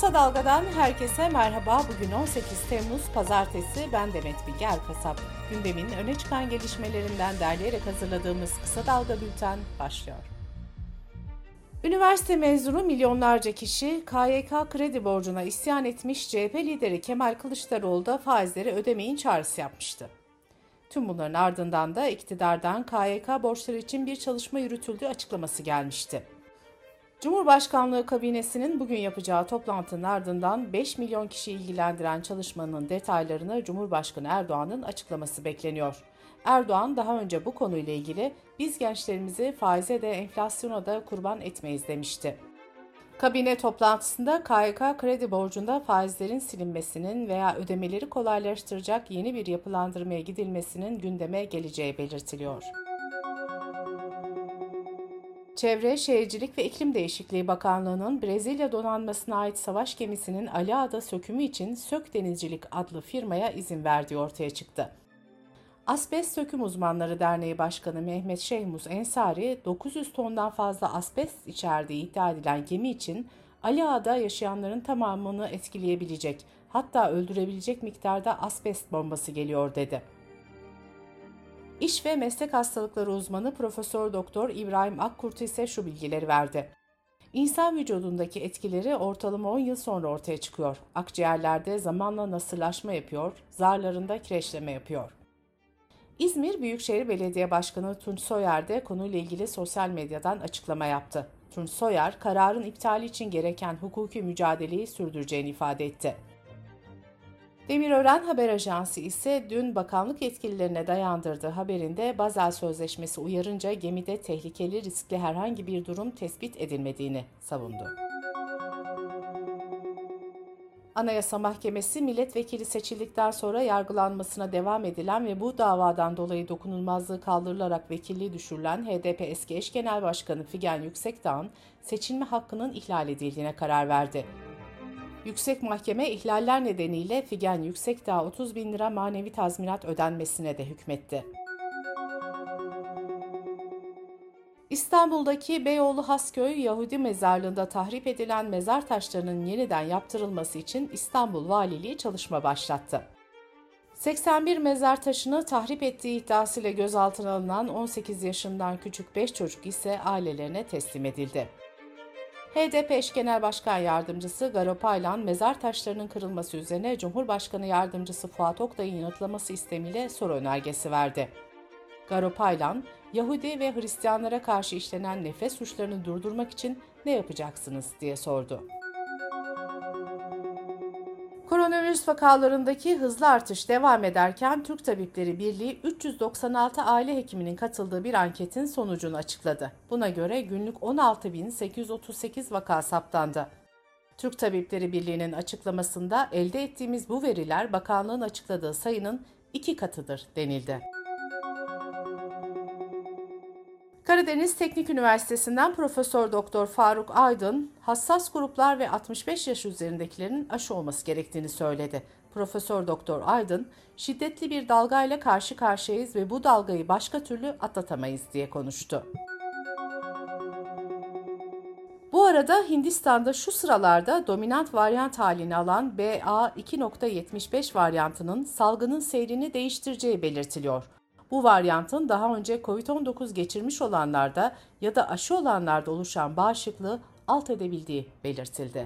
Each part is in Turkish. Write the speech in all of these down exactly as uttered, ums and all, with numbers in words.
Kısa Dalga'dan herkese merhaba. Bugün on sekiz Temmuz Pazartesi. Ben Demet Bilge Erkasap. Gündemin öne çıkan gelişmelerinden derleyerek hazırladığımız Kısa Dalga Bülten başlıyor. Üniversite mezunu milyonlarca kişi K Y K kredi borcuna isyan etmiş, C H P lideri Kemal Kılıçdaroğlu da faizleri ödemeyin çağrısı yapmıştı. Tüm bunların ardından da iktidardan K Y K borçları için bir çalışma yürütüldüğü açıklaması gelmişti. Cumhurbaşkanlığı kabinesinin bugün yapacağı toplantının ardından beş milyon kişi ilgilendiren çalışmanın detaylarını Cumhurbaşkanı Erdoğan'ın açıklaması bekleniyor. Erdoğan daha önce bu konuyla ilgili biz gençlerimizi faize de enflasyona da kurban etmeyiz demişti. Kabine toplantısında K Y K kredi borcunda faizlerin silinmesinin veya ödemeleri kolaylaştıracak yeni bir yapılandırmaya gidilmesinin gündeme geleceği belirtiliyor. Çevre, Şehircilik ve İklim Değişikliği Bakanlığı'nın Brezilya donanmasına ait savaş gemisinin Ali Ağa'da sökümü için Sök Denizcilik adlı firmaya izin verdiği ortaya çıktı. Asbest Söküm Uzmanları Derneği Başkanı Mehmet Şehmuz Ensari, dokuz yüz tondan fazla asbest içerdiği iddia edilen gemi için Ali Ağa'da yaşayanların tamamını etkileyebilecek, hatta öldürebilecek miktarda asbest bombası geliyor dedi. İş ve Meslek Hastalıkları uzmanı Profesör Doktor İbrahim Akkurt ise şu bilgileri verdi. İnsan vücudundaki etkileri ortalama on yıl sonra ortaya çıkıyor. Akciğerlerde zamanla nasırlaşma yapıyor, zarlarında kireçleme yapıyor. İzmir Büyükşehir Belediye Başkanı Tunç Soyer de konuyla ilgili sosyal medyadan açıklama yaptı. Tunç Soyer, kararın iptali için gereken hukuki mücadeleyi sürdüreceğini ifade etti. Demirören Haber Ajansı ise dün bakanlık yetkililerine dayandırdığı haberinde Basel Sözleşmesi uyarınca gemide tehlikeli, riskli herhangi bir durum tespit edilmediğini savundu. Anayasa Mahkemesi, milletvekili seçildikten sonra yargılanmasına devam edilen ve bu davadan dolayı dokunulmazlığı kaldırılarak vekilliği düşürülen H D P eski eş genel başkanı Figen Yüksekdağ'ın seçilme hakkının ihlal edildiğine karar verdi. Yüksek Mahkeme ihlaller nedeniyle Figen Yüksekdağ'a otuz bin lira manevi tazminat ödenmesine de hükmetti. İstanbul'daki Beyoğlu Hasköy Yahudi mezarlığında tahrip edilen mezar taşlarının yeniden yaptırılması için İstanbul Valiliği çalışma başlattı. seksen bir mezar taşını tahrip ettiği iddiasıyla gözaltına alınan on sekiz yaşından küçük beş çocuk ise ailelerine teslim edildi. H D P eş genel başkan yardımcısı Garo Paylan, mezar taşlarının kırılması üzerine Cumhurbaşkanı yardımcısı Fuat Oktay'ın yanıtlaması istemiyle soru önergesi verdi. Garo Paylan, Yahudi ve Hristiyanlara karşı işlenen nefret suçlarını durdurmak için ne yapacaksınız diye sordu. Koronavirüs vakalarındaki hızlı artış devam ederken Türk Tabipleri Birliği üç yüz doksan altı aile hekiminin katıldığı bir anketin sonucunu açıkladı. Buna göre günlük on altı bin sekiz yüz otuz sekiz vaka saptandı. Türk Tabipleri Birliği'nin açıklamasında elde ettiğimiz bu veriler bakanlığın açıkladığı sayının iki katıdır denildi. Karadeniz Teknik Üniversitesi'nden Profesör Doktor Faruk Aydın, hassas gruplar ve altmış beş yaş üzerindekilerin aşı olması gerektiğini söyledi. Profesör Doktor Aydın, şiddetli bir dalgayla karşı karşıyayız ve bu dalgayı başka türlü atlatamayız diye konuştu. Bu arada Hindistan'da şu sıralarda dominant varyant halini alan B A iki nokta yetmiş beş varyantının salgının seyrini değiştireceği belirtiliyor. Bu varyantın daha önce kovid on dokuz geçirmiş olanlarda ya da aşı olanlarda oluşan bağışıklığı alt edebildiği belirtildi.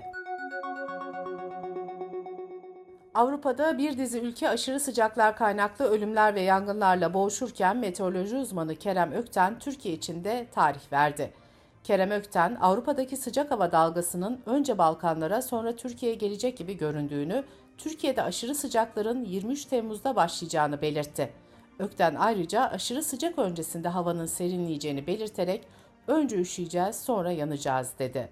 Avrupa'da bir dizi ülke aşırı sıcaklar kaynaklı ölümler ve yangınlarla boğuşurken meteoroloji uzmanı Kerem Ökten Türkiye için de tarih verdi. Kerem Ökten, Avrupa'daki sıcak hava dalgasının önce Balkanlara sonra Türkiye'ye gelecek gibi göründüğünü, Türkiye'de aşırı sıcakların yirmi üç Temmuz'da başlayacağını belirtti. Ökten ayrıca aşırı sıcak öncesinde havanın serinleyeceğini belirterek önce üşüyeceğiz sonra yanacağız dedi.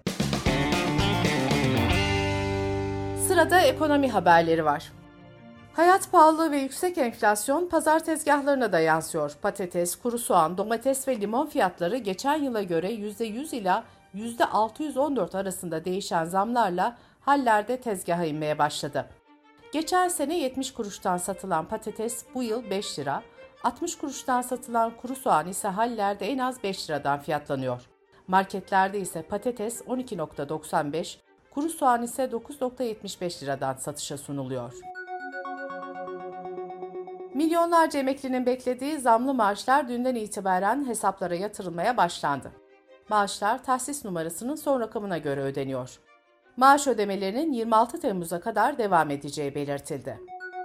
Sırada ekonomi haberleri var. Hayat pahalılığı ve yüksek enflasyon pazar tezgahlarına da yansıyor. Patates, kuru soğan, domates ve limon fiyatları geçen yıla göre yüzde yüz ila yüzde altı yüz on dört arasında değişen zamlarla hallerde tezgaha inmeye başladı. Geçen sene yetmiş kuruştan satılan patates bu yıl beş lira, altmış kuruştan satılan kuru soğan ise hallerde en az beş liradan fiyatlanıyor. Marketlerde ise patates on iki virgül doksan beş, Kuru soğan ise dokuz virgül yetmiş beş liradan satışa sunuluyor. Milyonlarca emeklinin beklediği zamlı maaşlar dünden itibaren hesaplara yatırılmaya başlandı. Maaşlar tahsis numarasının son rakamına göre ödeniyor. Maaş ödemelerinin yirmi altı Temmuz'a kadar devam edeceği belirtildi.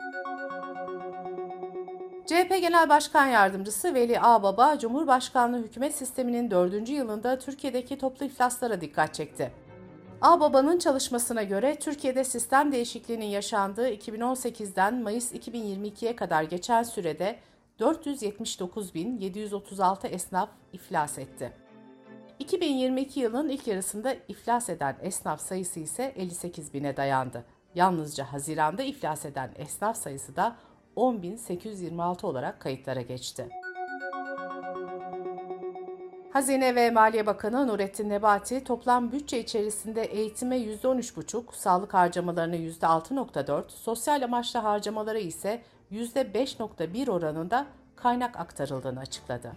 C H P Genel Başkan Yardımcısı Veli Ağbaba, Cumhurbaşkanlığı hükümet sisteminin dördüncü yılında Türkiye'deki toplu iflaslara dikkat çekti. Ağbaba'nın çalışmasına göre Türkiye'de sistem değişikliğinin yaşandığı iki bin on sekizden Mayıs iki bin yirmi ikiye kadar geçen sürede dört yüz yetmiş dokuz bin yedi yüz otuz altı esnaf iflas etti. iki bin yirmi iki yılın ilk yarısında iflas eden esnaf sayısı ise elli sekiz bine dayandı. Yalnızca Haziran'da iflas eden esnaf sayısı da on bin sekiz yüz yirmi altı olarak kayıtlara geçti. Hazine ve Maliye Bakanı Nurettin Nebati, toplam bütçe içerisinde eğitime yüzde on üç virgül beş, sağlık harcamalarına yüzde altı virgül dört, sosyal amaçlı harcamalara ise yüzde beş virgül bir oranında kaynak aktarıldığını açıkladı.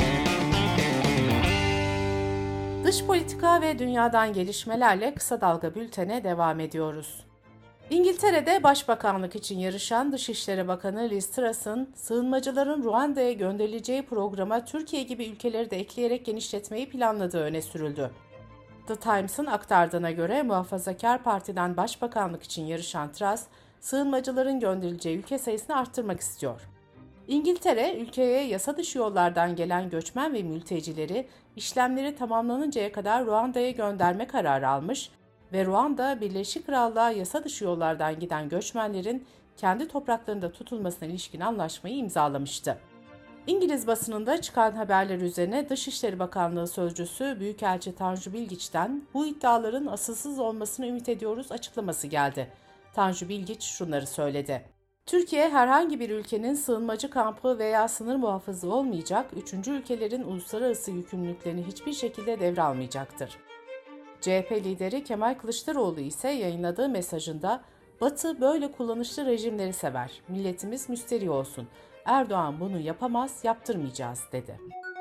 Dış politika ve dünyadan gelişmelerle kısa dalga bültene devam ediyoruz. İngiltere'de Başbakanlık için yarışan Dışişleri Bakanı Liz Truss'ın sığınmacıların Ruanda'ya gönderileceği programa Türkiye gibi ülkeleri de ekleyerek genişletmeyi planladığı öne sürüldü. The Times'ın aktardığına göre Muhafazakar Parti'den Başbakanlık için yarışan Truss, sığınmacıların gönderileceği ülke sayısını arttırmak istiyor. İngiltere, ülkeye yasa dışı yollardan gelen göçmen ve mültecileri işlemleri tamamlanıncaya kadar Ruanda'ya gönderme kararı almış ve Ruanda, Birleşik Krallığa yasa dışı yollardan giden göçmenlerin kendi topraklarında tutulmasına ilişkin anlaşmayı imzalamıştı. İngiliz basınında çıkan haberler üzerine Dışişleri Bakanlığı Sözcüsü Büyükelçi Tanju Bilgiç'ten bu iddiaların asılsız olmasını ümit ediyoruz açıklaması geldi. Tanju Bilgiç şunları söyledi. Türkiye herhangi bir ülkenin sığınmacı kampı veya sınır muhafızı olmayacak, üçüncü ülkelerin uluslararası yükümlülüklerini hiçbir şekilde devralmayacaktır. C H P lideri Kemal Kılıçdaroğlu ise yayınladığı mesajında Batı böyle kullanışlı rejimleri sever, milletimiz müsterih olsun, Erdoğan bunu yapamaz, yaptırmayacağız dedi.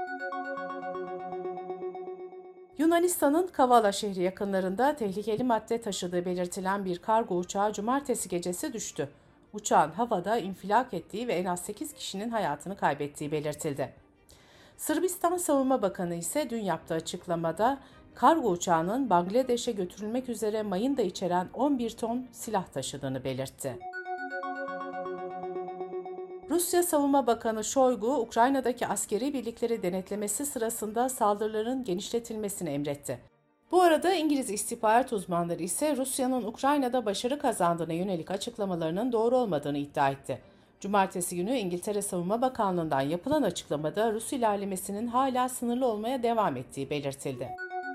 Yunanistan'ın Kavala şehri yakınlarında tehlikeli madde taşıdığı belirtilen bir kargo uçağı cumartesi gecesi düştü. Uçağın havada infilak ettiği ve en az sekiz kişinin hayatını kaybettiği belirtildi. Sırbistan Savunma Bakanı ise dün yaptığı açıklamada kargo uçağının Bangladeş'e götürülmek üzere mayın da içeren on bir ton silah taşıdığını belirtti. Rusya Savunma Bakanı Shoigu, Ukrayna'daki askeri birlikleri denetlemesi sırasında saldırıların genişletilmesini emretti. Bu arada İngiliz istihbarat uzmanları ise Rusya'nın Ukrayna'da başarı kazandığına yönelik açıklamalarının doğru olmadığını iddia etti. Cumartesi günü İngiltere Savunma Bakanlığı'ndan yapılan açıklamada Rus ilerlemesinin hala sınırlı olmaya devam ettiği belirtildi.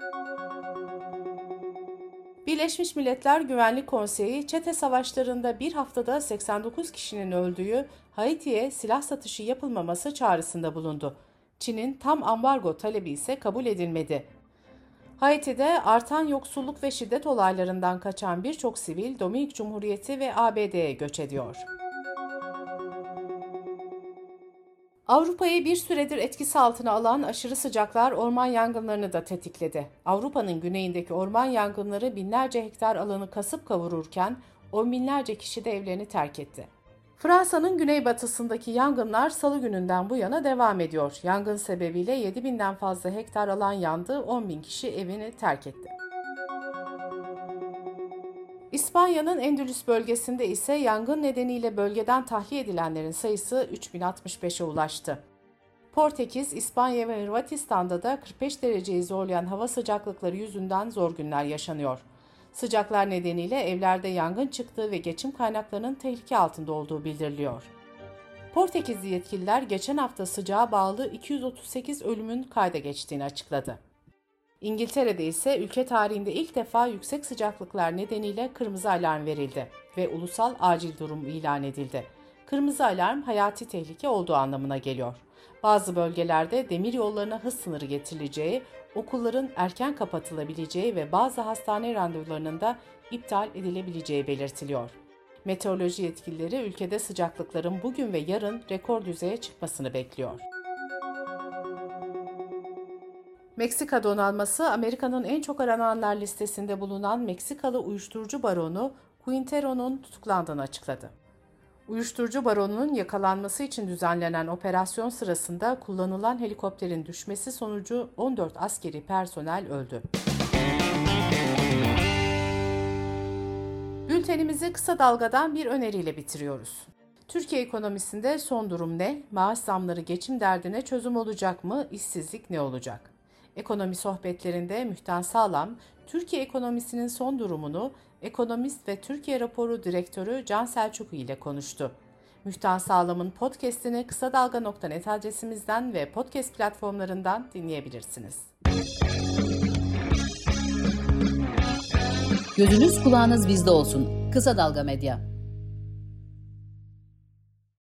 Birleşmiş Milletler Güvenlik Konseyi, çete savaşlarında bir haftada seksen dokuz kişinin öldüğü Haiti'ye silah satışı yapılmaması çağrısında bulundu. Çin'in tam ambargo talebi ise kabul edilmedi. Haiti'de artan yoksulluk ve şiddet olaylarından kaçan birçok sivil Dominik Cumhuriyeti ve A B D'ye göç ediyor. Avrupa'yı bir süredir etkisi altına alan aşırı sıcaklar orman yangınlarını da tetikledi. Avrupa'nın güneyindeki orman yangınları binlerce hektar alanı kasıp kavururken on binlerce kişi de evlerini terk etti. Fransa'nın güneybatısındaki yangınlar Salı gününden bu yana devam ediyor. Yangın sebebiyle yedi binden fazla hektar alan yandı, on bin kişi evini terk etti. İspanya'nın Endülüs bölgesinde ise yangın nedeniyle bölgeden tahliye edilenlerin sayısı üç bin altmış beşe ulaştı. Portekiz, İspanya ve Hırvatistan'da da kırk beş dereceyi zorlayan hava sıcaklıkları yüzünden zor günler yaşanıyor. Sıcaklar nedeniyle evlerde yangın çıktığı ve geçim kaynaklarının tehlike altında olduğu bildiriliyor. Portekizli yetkililer geçen hafta sıcağa bağlı iki yüz otuz sekiz ölümün kayda geçtiğini açıkladı. İngiltere'de ise ülke tarihinde ilk defa yüksek sıcaklıklar nedeniyle kırmızı alarm verildi ve ulusal acil durum ilan edildi. Kırmızı alarm hayati tehlike olduğu anlamına geliyor. Bazı bölgelerde demir yollarına hız sınırı getirileceği, okulların erken kapatılabileceği ve bazı hastane randevularının da iptal edilebileceği belirtiliyor. Meteoroloji yetkilileri ülkede sıcaklıkların bugün ve yarın rekor düzeye çıkmasını bekliyor. Meksika donanması, Amerika'nın en çok arananlar listesinde bulunan Meksikalı uyuşturucu baronu Quintero'nun tutuklandığını açıkladı. Uyuşturucu baronunun yakalanması için düzenlenen operasyon sırasında kullanılan helikopterin düşmesi sonucu on dört askeri personel öldü. Bültenimizi kısa dalgadan bir öneriyle bitiriyoruz. Türkiye ekonomisinde son durum ne? Maaş zamları geçim derdine çözüm olacak mı? İşsizlik ne olacak? Ekonomi sohbetlerinde Mühtan Sağlam, Türkiye ekonomisinin son durumunu ekonomist ve Türkiye Raporu Direktörü Can Selçuklu ile konuştu. Mühtan Sağlam'ın podcast'ini kısa dalga nokta net adresimizden ve podcast platformlarından dinleyebilirsiniz. Gözünüz kulağınız bizde olsun. Kısa Dalga Medya.